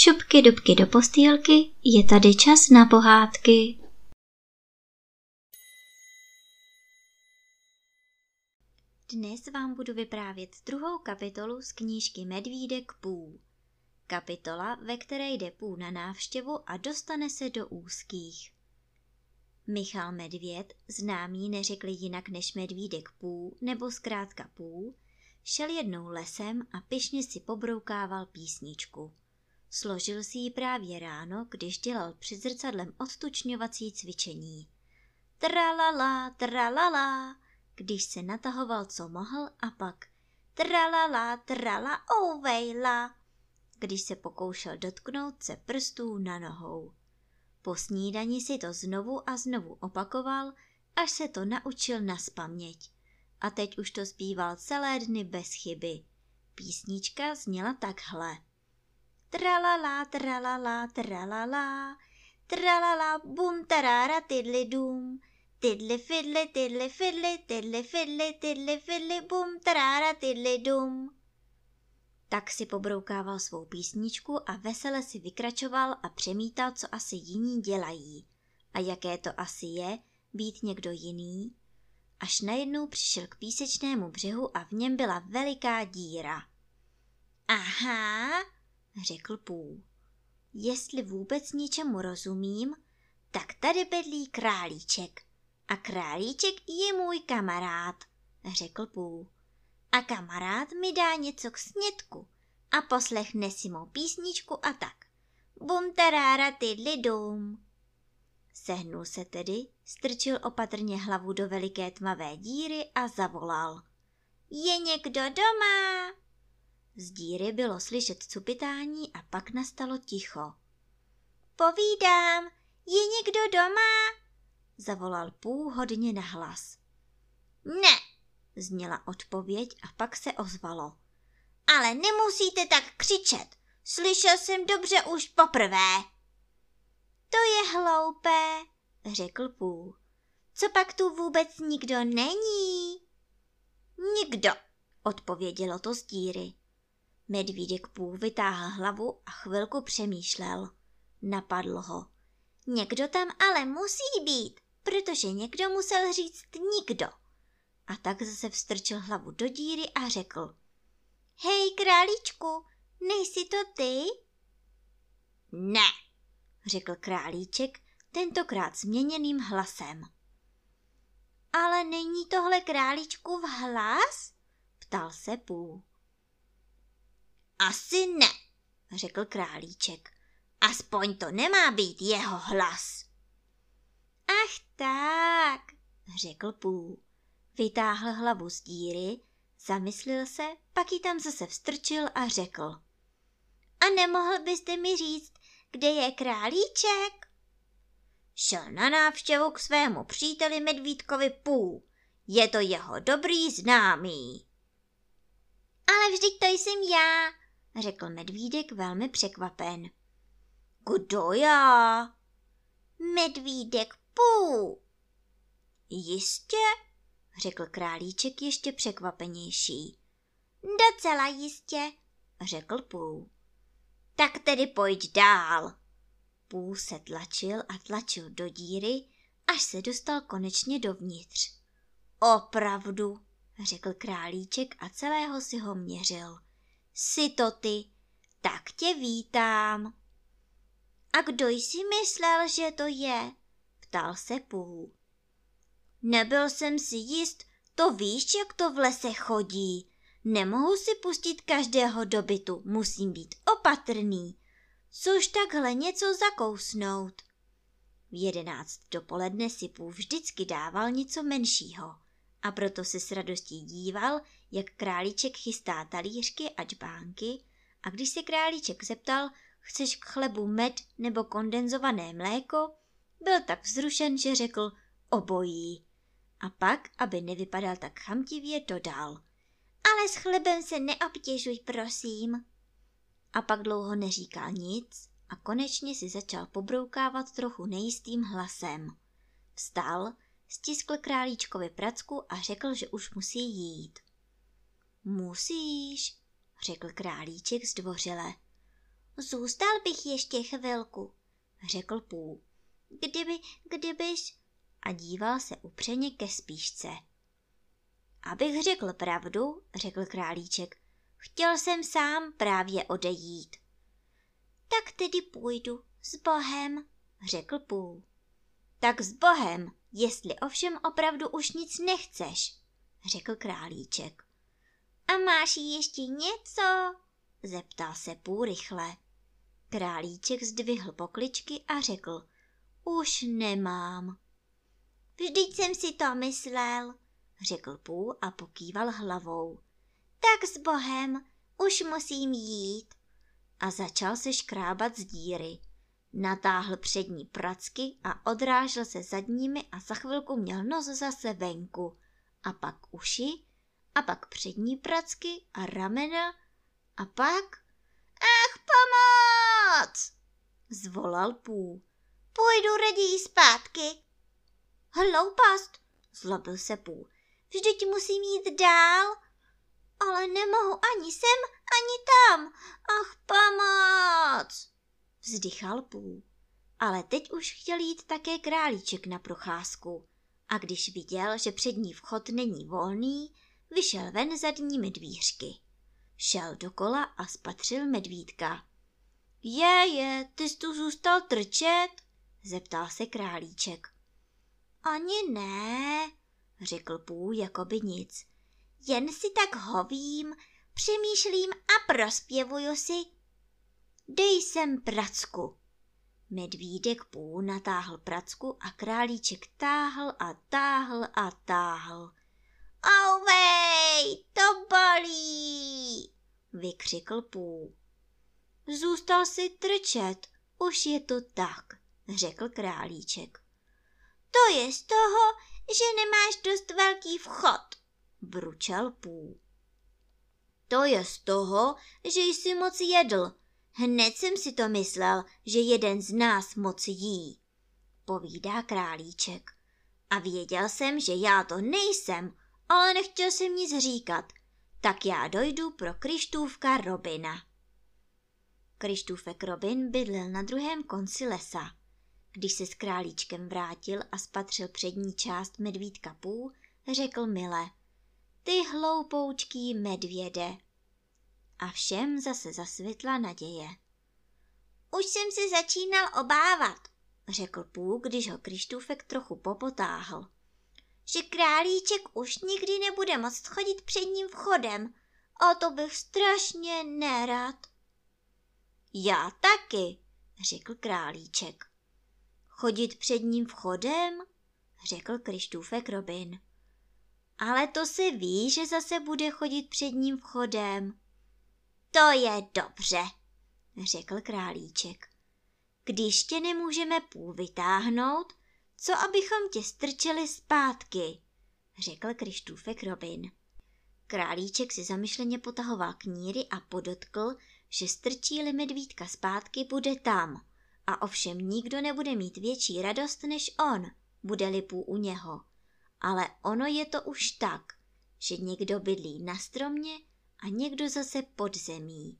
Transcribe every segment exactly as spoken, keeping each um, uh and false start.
Šupky dubky do postýlky, je tady čas na pohádky. Dnes vám budu vyprávět druhou kapitolu z knížky Medvídek Pů. Kapitola, ve které jde Pů na návštěvu a dostane se do úzkých. Michal Medvěd, známý neřekli jinak než Medvídek Pů nebo zkrátka Pů, šel jednou lesem a pyšně si pobroukával písničku. Složil si ji právě ráno, když dělal před zrcadlem odtučňovací cvičení. Tralala, tralala, když se natahoval, co mohl, a pak tralala, trala, ouvejla, když se pokoušel dotknout se prstů na nohou. Po snídani si to znovu a znovu opakoval, až se to naučil nazpaměť. A teď už to zpíval celé dny bez chyby. Písnička zněla takhle. Tralala, tralala, tralala, tralala, bum, tarára, tydli, dům, tydli, fidli, tydli, fidli, tydli, fidli, tydli, fidli, bum, tarára, tydli, dům. Tak si pobroukával svou písničku a vesele si vykračoval a přemítal, co asi jiní dělají. A jaké to asi je být někdo jiný. Až najednou přišel k písečnému břehu a v něm byla veliká díra. Aha, řekl Pů. Jestli vůbec ničemu rozumím, tak tady bydlí králíček. A králíček je můj kamarád, řekl Pů. A kamarád mi dá něco k snědku a poslechne si mou písničku a tak. Bum tarára tydli dům. Sehnul se tedy, strčil opatrně hlavu do veliké tmavé díry a zavolal. Je někdo doma? Z díry bylo slyšet cupitání a pak nastalo ticho. Povídám, je někdo doma? Zavolal Pů hodně nahlas. Ne, zněla odpověď a pak se ozvalo. Ale nemusíte tak křičet, slyšel jsem dobře už poprvé. To je hloupé, řekl Pů. Co pak tu vůbec nikdo není? Nikdo, odpovědělo to z díry. Medvídek Pů vytáhl hlavu a chvilku přemýšlel. Napadlo ho. Někdo tam ale musí být, protože někdo musel říct nikdo. A tak zase vstrčil hlavu do díry a řekl. Hej, králíčku, nejsi to ty? Ne, řekl králíček, tentokrát změněným hlasem. Ale není tohle králíčkův hlas? Ptal se Pů. Asi ne, řekl králíček. Aspoň to nemá být jeho hlas. Ach tak, řekl Pů. Vytáhl hlavu z díry, zamyslil se, pak ji tam zase vstrčil a řekl. A nemohl byste mi říct, kde je králíček? Šel na návštěvu k svému příteli Medvídkovi Pů. Je to jeho dobrý známý. Ale vždyť to jsem já, řekl Medvídek velmi překvapen. Kdo já? Medvídek Pů. Jistě, řekl králíček ještě překvapenější. Docela jistě, řekl Pů. Tak tedy pojď dál. Pů se tlačil a tlačil do díry, až se dostal konečně dovnitř. Opravdu, řekl králíček a celého si ho měřil. Jsi to ty, tak tě vítám. A kdo jsi myslel, že to je? Ptal se Pů. Nebyl jsem si jist, to víš, jak to v lese chodí. Nemohu si pustit každého do bytu, musím být opatrný. Což takhle něco zakousnout. V jedenáct dopoledne si Pů vždycky dával něco menšího a proto se s radostí díval, jak králíček chystá talířky a džbánky, a když se králíček zeptal, chceš k chlebu med nebo kondenzované mléko, byl tak vzrušen, že řekl obojí. A pak, aby nevypadal tak chamtivě, dodal. Ale s chlebem se neobtěžuj, prosím. A pak dlouho neříkal nic a konečně si začal pobroukávat trochu nejistým hlasem. Vstal, stiskl králíčkovi pracku a řekl, že už musí jít. Musíš, řekl králíček zdvořile. Zůstal bych ještě chvilku, řekl Pů. Kdyby, kdybys... A díval se upřeně ke spíšce. Abych řekl pravdu, řekl králíček, chtěl jsem sám právě odejít. Tak tedy půjdu s Bohem, řekl Pů. Tak s Bohem, jestli ovšem opravdu už nic nechceš, řekl králíček. A máš ještě něco? Zeptal se Pů rychle. Králíček zdvihl pokličky a řekl, už nemám. Vždyť jsem si to myslel, řekl Pů a pokýval hlavou. Tak s Bohem, už musím jít. A začal se škrábat z díry. Natáhl přední pracky a odrážel se zadními a za chvilku měl nos zase venku. A pak uši, a pak přední pracky a ramena a pak... Ach, pomoc! Zvolal Pů. Půjdu raději zpátky. Hloupost, zlobil se Pů. Vždyť musím jít dál. Ale nemohu ani sem, ani tam. Ach, pomoc! Vzdychal Pů. Ale teď už chtěl jít také králíček na procházku. A když viděl, že přední vchod není volný, vyšel ven zadními dvířky. Šel dokola a spatřil medvídka. Je, je, ty jsi tu zůstal trčet? Zeptal se králíček. Ani ne, řekl Pů jakoby nic. Jen si tak hovím, přemýšlím a prospěvuju si. Dej sem pracku. Medvídek Pů natáhl pracku a králíček táhl a táhl a táhl. Auvej, to bolí, vykřikl Pů. Zůstal si trčet, už je to tak, řekl králíček. To je z toho, že nemáš dost velký vchod, bručel Pů. To je z toho, že jsi moc jedl. Hned jsem si to myslel, že jeden z nás moc jí, povídá králíček. A věděl jsem, že já to nejsem, ale nechtěl jsem nic říkat, tak já dojdu pro Kryštůvka Robina. Kryštůvek Robin bydlel na druhém konci lesa. Když se s králíčkem vrátil a spatřil přední část medvídka Pů, řekl mile, ty hloupoučký medvěde. A všem zase zasvětla naděje. Už jsem se začínal obávat, řekl Pů, když ho Kryštůvek trochu popotáhl, že králíček už nikdy nebude moct chodit předním vchodem, a to bych strašně nerad. Já taky, řekl králíček. Chodit předním vchodem? Řekl Kryštůvek Robin. Ale to se ví, že zase bude chodit předním vchodem. To je dobře, řekl králíček. Když tě nemůžeme Pů vytáhnout, co abychom tě strčili zpátky, řekl Kryštůvek Robin. Králíček si zamyšleně potahoval kníry a podotkl, že strčí-li medvídka zpátky, bude tam. A ovšem nikdo nebude mít větší radost než on, bude-li Pů u něho. Ale ono je to už tak, že někdo bydlí na stromě a někdo zase pod zemí.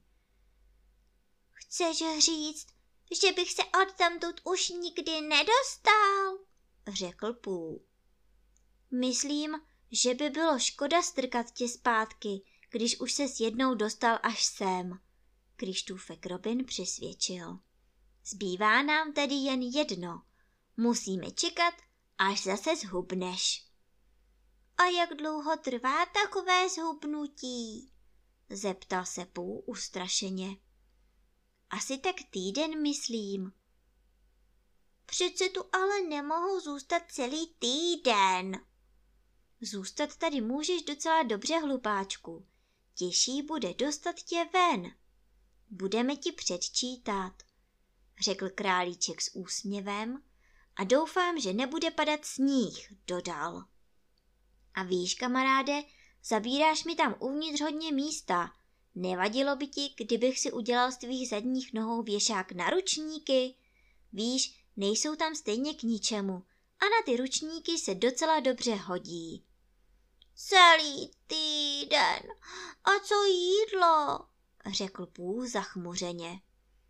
Chceš říct, že bych se odtamtud už nikdy nedostal? Řekl Pů. Myslím, že by bylo škoda strkat tě zpátky, když už ses jednou dostal až sem, Kryštůvek Robin přesvědčil. Zbývá nám tedy jen jedno. Musíme čekat, až zase zhubneš. A jak dlouho trvá takové zhubnutí? Zeptal se Pů ustrašeně. Asi tak týden, myslím. Přece tu ale nemohu zůstat celý týden. Zůstat tady můžeš docela dobře, hlupáčku. Těžší bude dostat tě ven. Budeme ti předčítat, řekl králíček s úsměvem, a doufám, že nebude padat sníh, dodal. A víš, kamaráde, zabíráš mi tam uvnitř hodně místa. Nevadilo by ti, kdybych si udělal z tvých zadních nohou věšák na ručníky? Víš, nejsou tam stejně k ničemu a na ty ručníky se docela dobře hodí. Celý týden. A co jídlo? Řekl Pů zachmuřeně.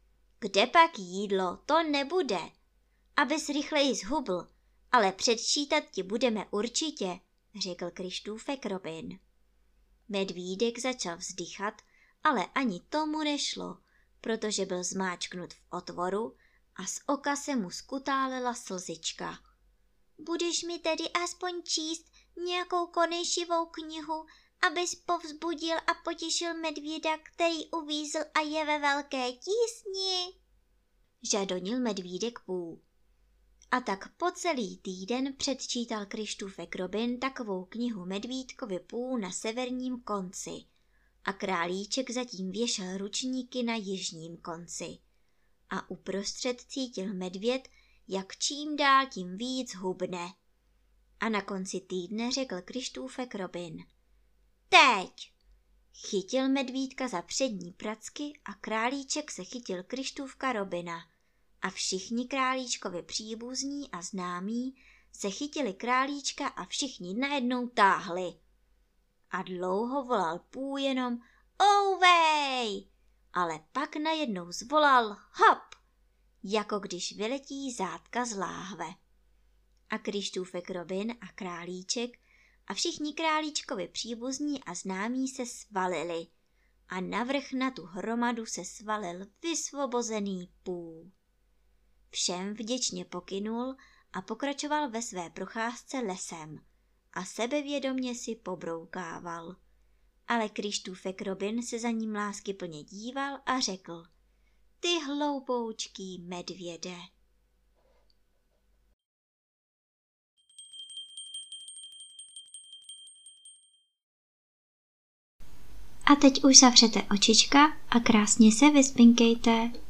Kde pak jídlo, to nebude. Abys rychleji zhubl, ale předčítat ti budeme určitě, řekl Kryštůfek Robin. Medvídek začal vzdychat, ale ani tomu nešlo, protože byl zmáčknut v otvoru a z oka se mu skutálela slzička. Budeš mi tedy aspoň číst nějakou konejšivou knihu, abys povzbudil a potěšil medvěda, který uvízl a je ve velké tísni? Žadonil medvídek Pů. A tak po celý týden předčítal Kryštůfek Robin takovou knihu medvídkovi Pů na severním konci a králíček zatím věšel ručníky na jižním konci. A uprostřed cítil medvěd, jak čím dál tím víc hubne. A na konci týdne řekl Kryštůfek Robin: Teď! Chytil medvídka za přední pracky a králíček se chytil Kryštůfka Robina. A všichni králíčkovi příbuzní a známí se chytili králíčka a všichni najednou táhli. A dlouho volal Pů jenom ouvej, ale pak najednou zvolal hop, jako když vyletí zátka z láhve. A Kryštůfek Robin a králíček a všichni králíčkovi příbuzní a známí se svalili a navrch na tu hromadu se svalil vysvobozený Pů. Všem vděčně pokynul a pokračoval ve své procházce lesem a sebevědomě si pobroukával. Ale Kryštůfek Robin se za ním láskyplně díval a řekl: Ty hloupoučký medvěde. A teď už zavřete očička a krásně se vyspinkejte.